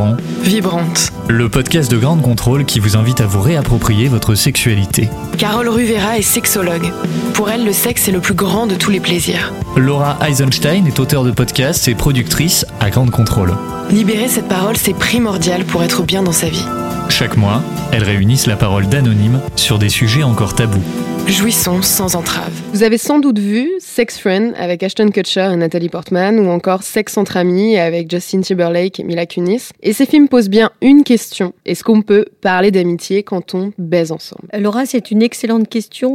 Vibrant, Vibrante, le podcast de Grande Contrôle qui vous invite à vous réapproprier votre sexualité. Carole Ruvera est sexologue. Pour elle, le sexe est le plus grand de tous les plaisirs. Laura Eisenstein est auteure de podcasts et productrice à Grande Contrôle. Libérer cette parole, c'est primordial pour être bien dans sa vie. Chaque mois, elles réunissent la parole d'anonymes sur des sujets encore tabous. Jouissons sans entrave. Vous avez sans doute vu Sex Friend avec Ashton Kutcher et Natalie Portman ou encore Sex entre amis avec Justin Timberlake et Mila Kunis. Et ces films posent bien une question. Est-ce qu'on peut parler d'amitié quand on baise ensemble ? Laura, c'est une excellente question.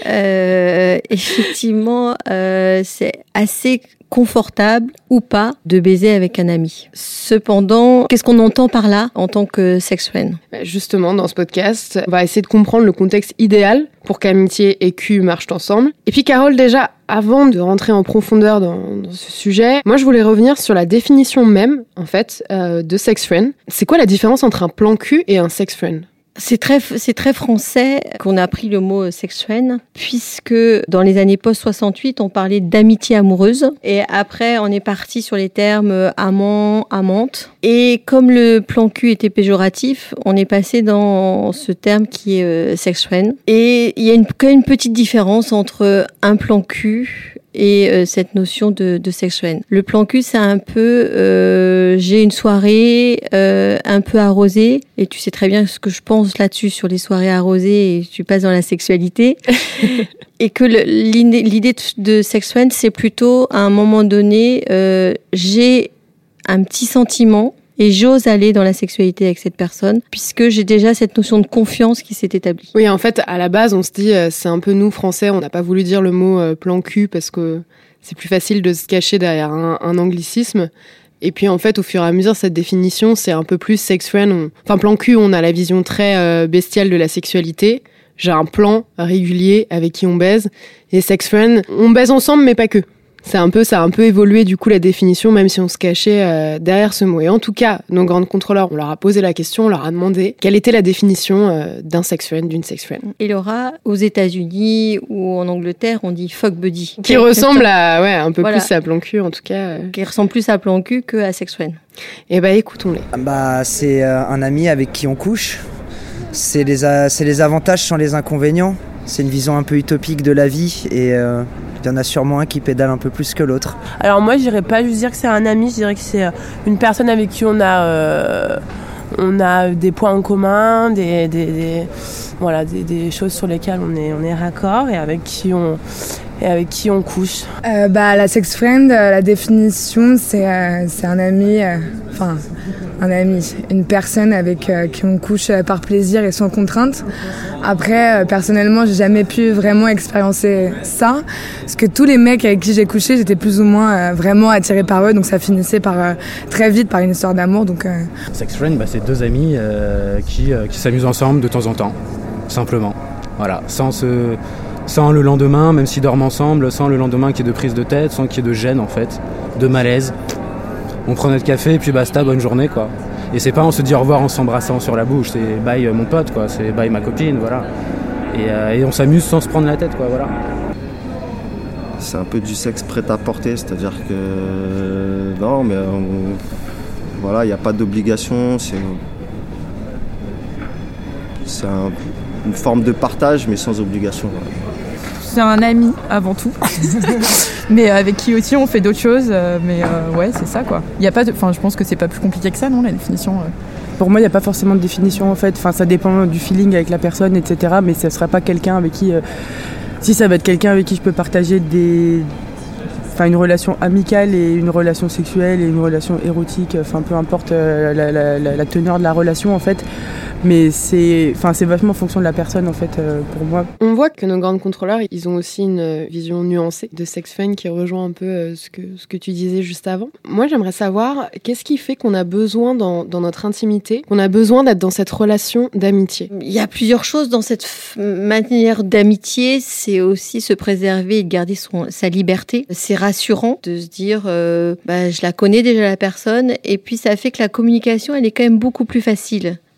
Effectivement, c'est assez confortable ou pas de baiser avec un ami. Cependant, qu'est-ce qu'on entend par là en tant que sex friend ? Justement, dans ce podcast, on va essayer de comprendre le contexte idéal pour qu'amitié et cul marchent ensemble. Et puis Carole, déjà, avant de rentrer en profondeur dans ce sujet, moi je voulais revenir sur la définition même, en fait, de sex friend. C'est quoi la différence entre un plan cul et un sex friend ? C'est très français qu'on a appris le mot sex friend, puisque dans les années post-68, on parlait d'amitié amoureuse. Et après, on est parti sur les termes amant, amante. Et comme le plan cul était péjoratif, on est passé dans ce terme qui est sex friend. Et il y a quand même une petite différence entre un plan cul et cette notion de sex friend. Le plan cul, c'est un peu j'ai une soirée un peu arrosée, et tu sais très bien ce que je pense là-dessus sur les soirées arrosées, et tu passes dans la sexualité. Et que l'idée de sex friend, c'est plutôt à un moment donné j'ai un petit sentiment et j'ose aller dans la sexualité avec cette personne, puisque j'ai déjà cette notion de confiance qui s'est établie. Oui, en fait, à la base, on se dit, c'est un peu nous, Français, on n'a pas voulu dire le mot plan cul parce que c'est plus facile de se cacher derrière un anglicisme. Et puis, en fait, au fur et à mesure, cette définition, c'est un peu plus sex friend. Enfin, plan cul, on a la vision très bestiale de la sexualité. J'ai un plan régulier avec qui on baise. Et sex friend, on baise ensemble, mais pas que. Ça a un peu évolué du coup la définition, même si on se cachait derrière ce mot. Et en tout cas, nos grandes contrôleurs, on leur a posé la question, on leur a demandé quelle était la définition d'un sex friend, d'une sex friend. Et Laura, aux États-Unis ou en Angleterre, on dit fuck buddy. Qui ressemble à un peu plus à plan cul en tout cas. Qui ressemble plus à plan cul que à sex friend. Et écoutons-les. C'est un ami avec qui on couche. C'est les avantages sans les inconvénients. C'est une vision un peu utopique de la vie et il y en a sûrement un qui pédale un peu plus que l'autre. Alors moi, je dirais pas juste dire que c'est un ami, je dirais que c'est une personne avec qui on a des points en commun, des choses sur lesquelles on est raccord et avec qui on couche. La sex friend, la définition, c'est un ami, une personne avec qui on couche par plaisir et sans contrainte. Après, personnellement, j'ai jamais pu vraiment expérimenter ça, parce que tous les mecs avec qui j'ai couché, j'étais plus ou moins vraiment attirée par eux, donc ça finissait très vite par une histoire d'amour. Donc, Sex friend, c'est deux amis qui s'amusent ensemble de temps en temps, simplement. Voilà, sans le lendemain, même s'ils dorment ensemble, sans le lendemain qu'il y ait de prise de tête, sans qu'il y ait de gêne en fait, de malaise. On prend notre café et puis basta, bonne journée quoi. Et c'est pas on se dit au revoir en s'embrassant sur la bouche, c'est bye mon pote quoi, c'est bye ma copine, voilà. Et on s'amuse sans se prendre la tête quoi, voilà. C'est un peu du sexe prêt à porter, c'est-à-dire que non mais voilà, il n'y a pas d'obligation, c'est une forme de partage mais sans obligation. Voilà. C'est un ami avant tout, mais avec qui aussi on fait d'autres choses, ouais c'est ça quoi. Il y a pas je pense que c'est pas plus compliqué que ça, non, la définition. Pour moi, il n'y a pas forcément de définition en fait. Ça dépend du feeling avec la personne, etc. Mais ça ne sera pas quelqu'un avec qui. Si ça va être quelqu'un avec qui je peux partager une relation amicale et une relation sexuelle et une relation érotique, peu importe la teneur de la relation en fait. Mais c'est vachement en fonction de la personne en fait pour moi. On voit que nos grandes contrôleurs, ils ont aussi une vision nuancée de sex friend qui rejoint un peu ce que tu disais juste avant. Moi, j'aimerais savoir qu'est-ce qui fait qu'on a besoin dans notre intimité, qu'on a besoin d'être dans cette relation d'amitié. Il y a plusieurs choses dans cette manière d'amitié. C'est aussi se préserver et de garder sa liberté. C'est rassurant de se dire je la connais déjà la personne, et puis ça fait que la communication elle est quand même beaucoup plus facile.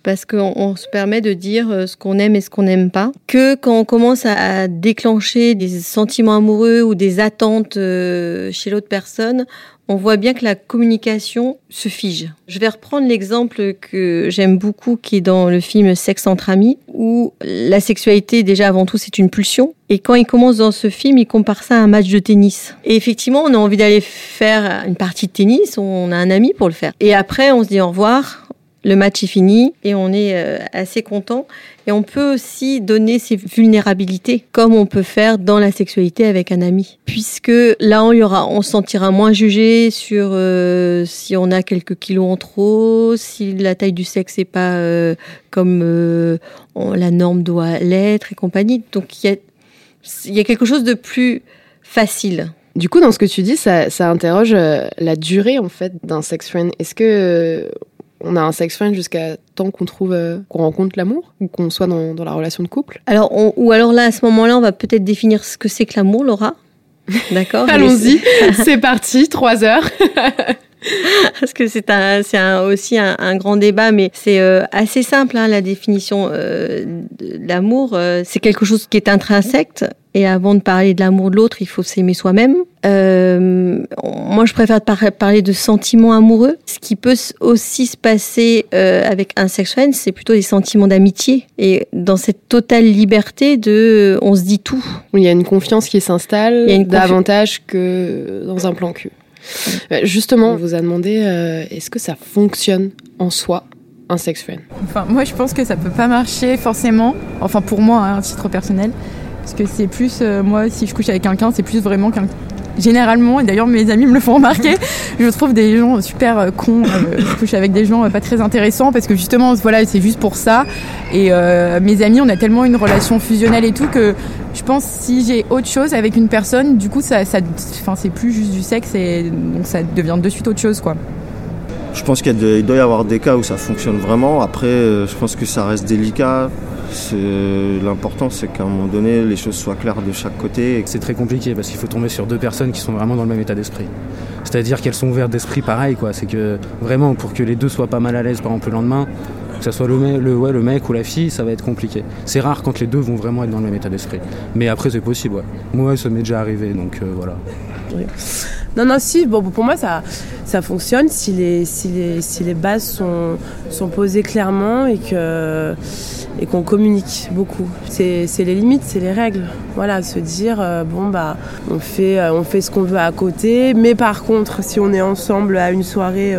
parce qu'on se permet de dire ce qu'on aime et ce qu'on n'aime pas, que quand on commence à déclencher des sentiments amoureux ou des attentes chez l'autre personne, on voit bien que la communication se fige. Je vais reprendre l'exemple que j'aime beaucoup, qui est dans le film Sexe entre amis, où la sexualité, déjà avant tout, c'est une pulsion. Et quand il commence dans ce film, il compare ça à un match de tennis. Et effectivement, on a envie d'aller faire une partie de tennis, on a un ami pour le faire. Et après, on se dit au revoir. Le match est fini et on est assez content. Et on peut aussi donner ses vulnérabilités, comme on peut faire dans la sexualité avec un ami. Puisque là, on se sentira moins jugé sur si on a quelques kilos en trop, si la taille du sexe n'est pas comme la norme doit l'être et compagnie. Donc, il y a quelque chose de plus facile. Du coup, dans ce que tu dis, ça interroge la durée en fait d'un sex friend. Est-ce que on a un sex friend jusqu'à temps qu'on rencontre l'amour ou qu'on soit dans la relation de couple? Alors, ou alors là, à ce moment-là, on va peut-être définir ce que c'est que l'amour, Laura. D'accord. Allons-y, c'est parti, 3 heures. Parce que c'est aussi un grand débat, mais c'est assez simple, la définition de l'amour. C'est quelque chose qui est intrinsèque. Et avant de parler de l'amour de l'autre, il faut s'aimer soi-même. Moi, je préfère parler de sentiments amoureux. Ce qui peut aussi se passer avec un sex friend, c'est plutôt des sentiments d'amitié. Et dans cette totale liberté on se dit tout. Il y a une confiance qui s'installe davantage que dans un plan cul. Justement, on vous a demandé est-ce que ça fonctionne en soi, un sex friend? Enfin, moi, je pense que ça peut pas marcher forcément. Enfin, pour moi, à titre personnel. Parce que c'est plus, moi, si je couche avec quelqu'un, c'est plus vraiment généralement, et d'ailleurs mes amis me le font remarquer, je trouve des gens super cons, je couche avec des gens pas très intéressants, parce que justement, voilà, c'est juste pour ça. Et mes amis, on a tellement une relation fusionnelle et tout, que je pense si j'ai autre chose avec une personne, du coup, c'est plus juste du sexe, et donc ça devient de suite autre chose, quoi. Je pense qu'il doit y avoir des cas où ça fonctionne vraiment. Après, je pense que ça reste délicat. L'important, c'est qu'à un moment donné, les choses soient claires de chaque côté. C'est très compliqué parce qu'il faut tomber sur 2 personnes qui sont vraiment dans le même état d'esprit. C'est-à-dire qu'elles sont ouvertes d'esprit pareil, quoi. C'est que vraiment, pour que les 2 soient pas mal à l'aise, par exemple, le lendemain, que ce soit le mec ou la fille, ça va être compliqué. C'est rare quand les 2 vont vraiment être dans le même état d'esprit. Mais après, c'est possible, ouais. Moi, ça m'est déjà arrivé, donc voilà. Oui. Non, si, bon, pour moi, ça fonctionne si les bases sont posées clairement et qu'on communique beaucoup. C'est les limites, c'est les règles. Voilà, se dire, on fait ce qu'on veut à côté, mais par contre, si on est ensemble à une soirée,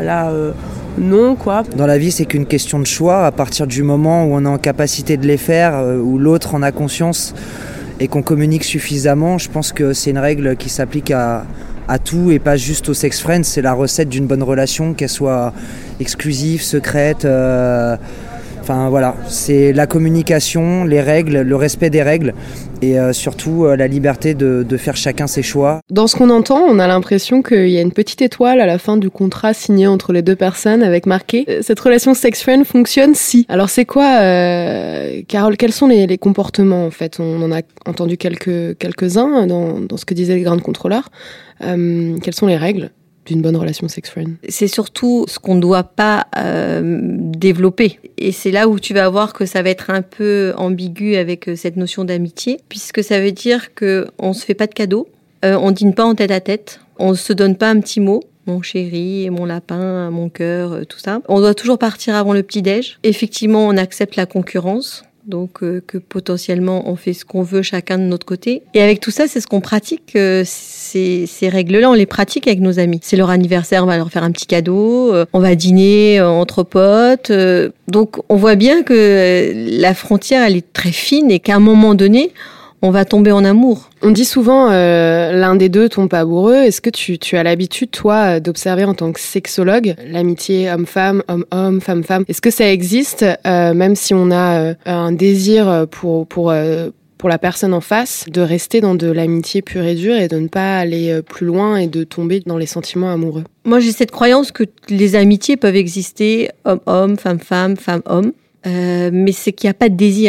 non, quoi. Dans la vie, c'est qu'une question de choix. À partir du moment où on est en capacité de les faire, où l'autre en a conscience et qu'on communique suffisamment, je pense que c'est une règle qui s'applique à tout et pas juste au sex friend. C'est la recette d'une bonne relation, qu'elle soit exclusive, secrète. Enfin voilà, c'est la communication, les règles, le respect des règles et surtout la liberté de faire chacun ses choix. Dans ce qu'on entend, on a l'impression qu'il y a une petite étoile à la fin du contrat signé entre les 2 personnes avec marqué « Cette relation sex-friend fonctionne si ». Alors c'est quoi, Carole, quels sont les comportements en fait? On en a entendu quelques-uns dans ce que disaient les grands contrôleurs. Quelles sont les règles d'une bonne relation sex-friend? C'est surtout ce qu'on ne doit pas développer. Et c'est là où tu vas voir que ça va être un peu ambigu avec cette notion d'amitié, puisque ça veut dire qu'on ne se fait pas de cadeaux, on ne dîne pas en tête à tête, on ne se donne pas un petit mot, mon chéri, mon lapin, mon cœur, tout ça. On doit toujours partir avant le petit-déj. Effectivement, on accepte la concurrence. Donc que potentiellement on fait ce qu'on veut chacun de notre côté. Et avec tout ça, c'est ce qu'on pratique, ces règles-là, on les pratique avec nos amis. C'est leur anniversaire, on va leur faire un petit cadeau, on va dîner entre potes. Donc on voit bien que la frontière, elle est très fine et qu'à un moment donné, on va tomber en amour. On dit souvent l'un des 2 tombe pas amoureux. Est-ce que tu as l'habitude, toi, d'observer en tant que sexologue l'amitié homme-femme, homme-homme, femme-femme? Est-ce que ça existe, même si on a un désir pour la personne en face, de rester dans de l'amitié pure et dure et de ne pas aller plus loin et de tomber dans les sentiments amoureux? Moi, j'ai cette croyance que les amitiés peuvent exister homme-homme, femme-femme, femme-homme, mais c'est qu'il n'y a pas de désir.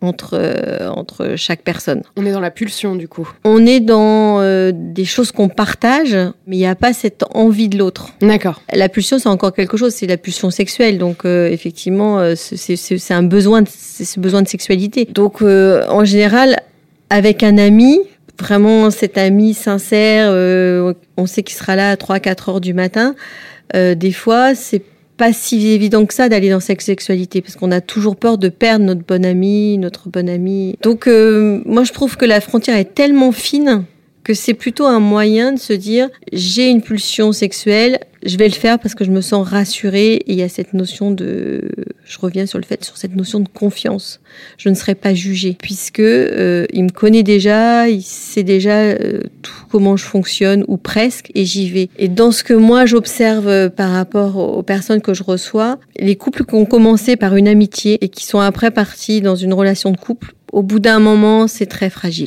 entre chaque personne. On est dans la pulsion, du coup. On est dans des choses qu'on partage, mais il n'y a pas cette envie de l'autre. D'accord. La pulsion, c'est encore quelque chose, c'est la pulsion sexuelle. Donc, effectivement, c'est un besoin, c'est ce besoin de sexualité. Donc, en général, avec un ami, vraiment cet ami sincère, on sait qu'il sera là à 3-4 heures du matin. Des fois, c'est pas si évident que ça d'aller dans cette sexualité parce qu'on a toujours peur de perdre notre bon ami. Donc, moi, je trouve que la frontière est tellement fine que c'est plutôt un moyen de se dire j'ai une pulsion sexuelle, je vais le faire parce que je me sens rassurée et il y a cette notion je reviens sur cette notion de confiance. Je ne serai pas jugée puisque il me connaît déjà, il sait déjà tout comment je fonctionne ou presque et j'y vais. Et dans ce que moi j'observe par rapport aux personnes que je reçois, les couples qui ont commencé par une amitié et qui sont après partis dans une relation de couple, au bout d'un moment, c'est très fragile.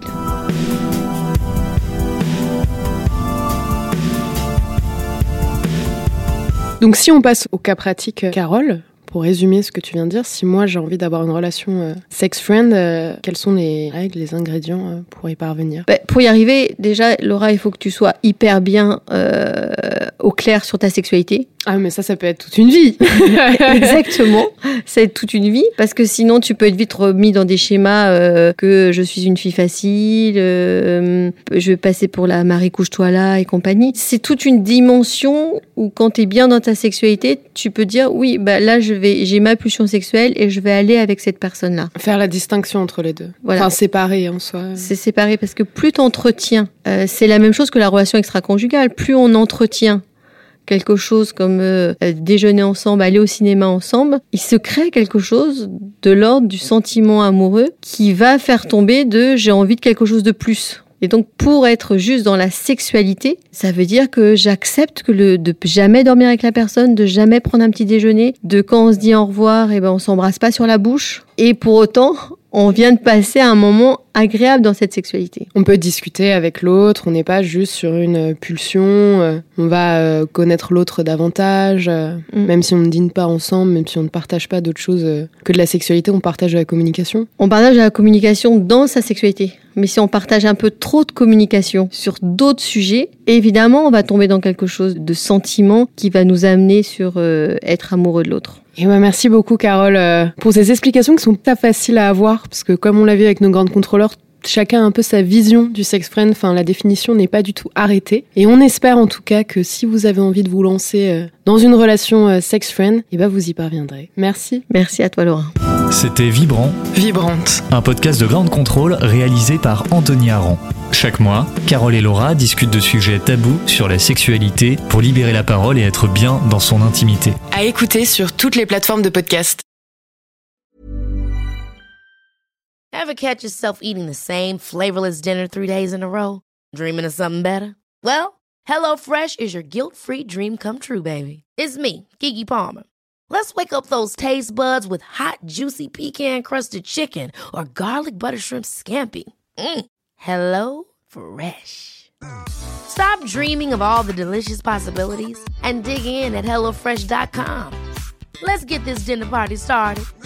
Donc si on passe au cas pratique, Carole, pour résumer ce que tu viens de dire, si moi j'ai envie d'avoir une relation sex-friend, quelles sont les règles, les ingrédients pour y parvenir ? Pour y arriver, déjà, Laura, il faut que tu sois hyper bien au clair sur ta sexualité. Ah mais ça peut être toute une vie. Exactement, ça va être toute une vie parce que sinon tu peux être vite remis dans des schémas que je suis une fille facile, je vais passer pour la Marie couche-toi là et compagnie. C'est toute une dimension où quand tu es bien dans ta sexualité, tu peux dire oui, là j'ai ma pulsion sexuelle et je vais aller avec cette personne-là. Faire la distinction entre les deux. Voilà. Enfin séparer en soi. C'est séparé parce que plus t'entretiens, c'est la même chose que la relation extra-conjugale, plus on entretient quelque chose comme déjeuner ensemble, aller au cinéma ensemble, il se crée quelque chose de l'ordre du sentiment amoureux qui va faire tomber j'ai envie de quelque chose de plus. Et donc, pour être juste dans la sexualité, ça veut dire que j'accepte de jamais dormir avec la personne, de jamais prendre un petit déjeuner, de quand on se dit au revoir, on s'embrasse pas sur la bouche. Et pour autant, on vient de passer un moment agréable dans cette sexualité. On peut discuter avec l'autre, on n'est pas juste sur une pulsion, on va connaître l'autre davantage, même si on ne dîne pas ensemble, même si on ne partage pas d'autre chose que de la sexualité, on partage de la communication. On partage de la communication dans sa sexualité. Mais si on partage un peu trop de communication sur d'autres sujets, évidemment, on va tomber dans quelque chose de sentiment qui va nous amener sur être amoureux de l'autre. Et merci beaucoup, Carole, pour ces explications qui sont pas faciles à avoir, parce que comme on l'a vu avec nos grandes contrôleurs, chacun a un peu sa vision du sex-friend, la définition n'est pas du tout arrêtée. Et on espère en tout cas que si vous avez envie de vous lancer dans une relation sex-friend, vous y parviendrez. Merci. Merci à toi, Laura. C'était Vibrant, Vibrante, un podcast de Ground Control réalisé par Anthony Aron. Chaque mois, Carole et Laura discutent de sujets tabous sur la sexualité pour libérer la parole et être bien dans son intimité. à écouter sur toutes les plateformes de podcast. Ever catch yourself eating the same flavorless dinner 3 days in a row? Dreaming of something better? Well, HelloFresh is your guilt-free dream come true, baby. It's me, Keke Palmer. Let's wake up those taste buds with hot, juicy pecan-crusted chicken or garlic butter shrimp scampi. Hello Fresh. Stop dreaming of all the delicious possibilities and dig in at HelloFresh.com. Let's get this dinner party started.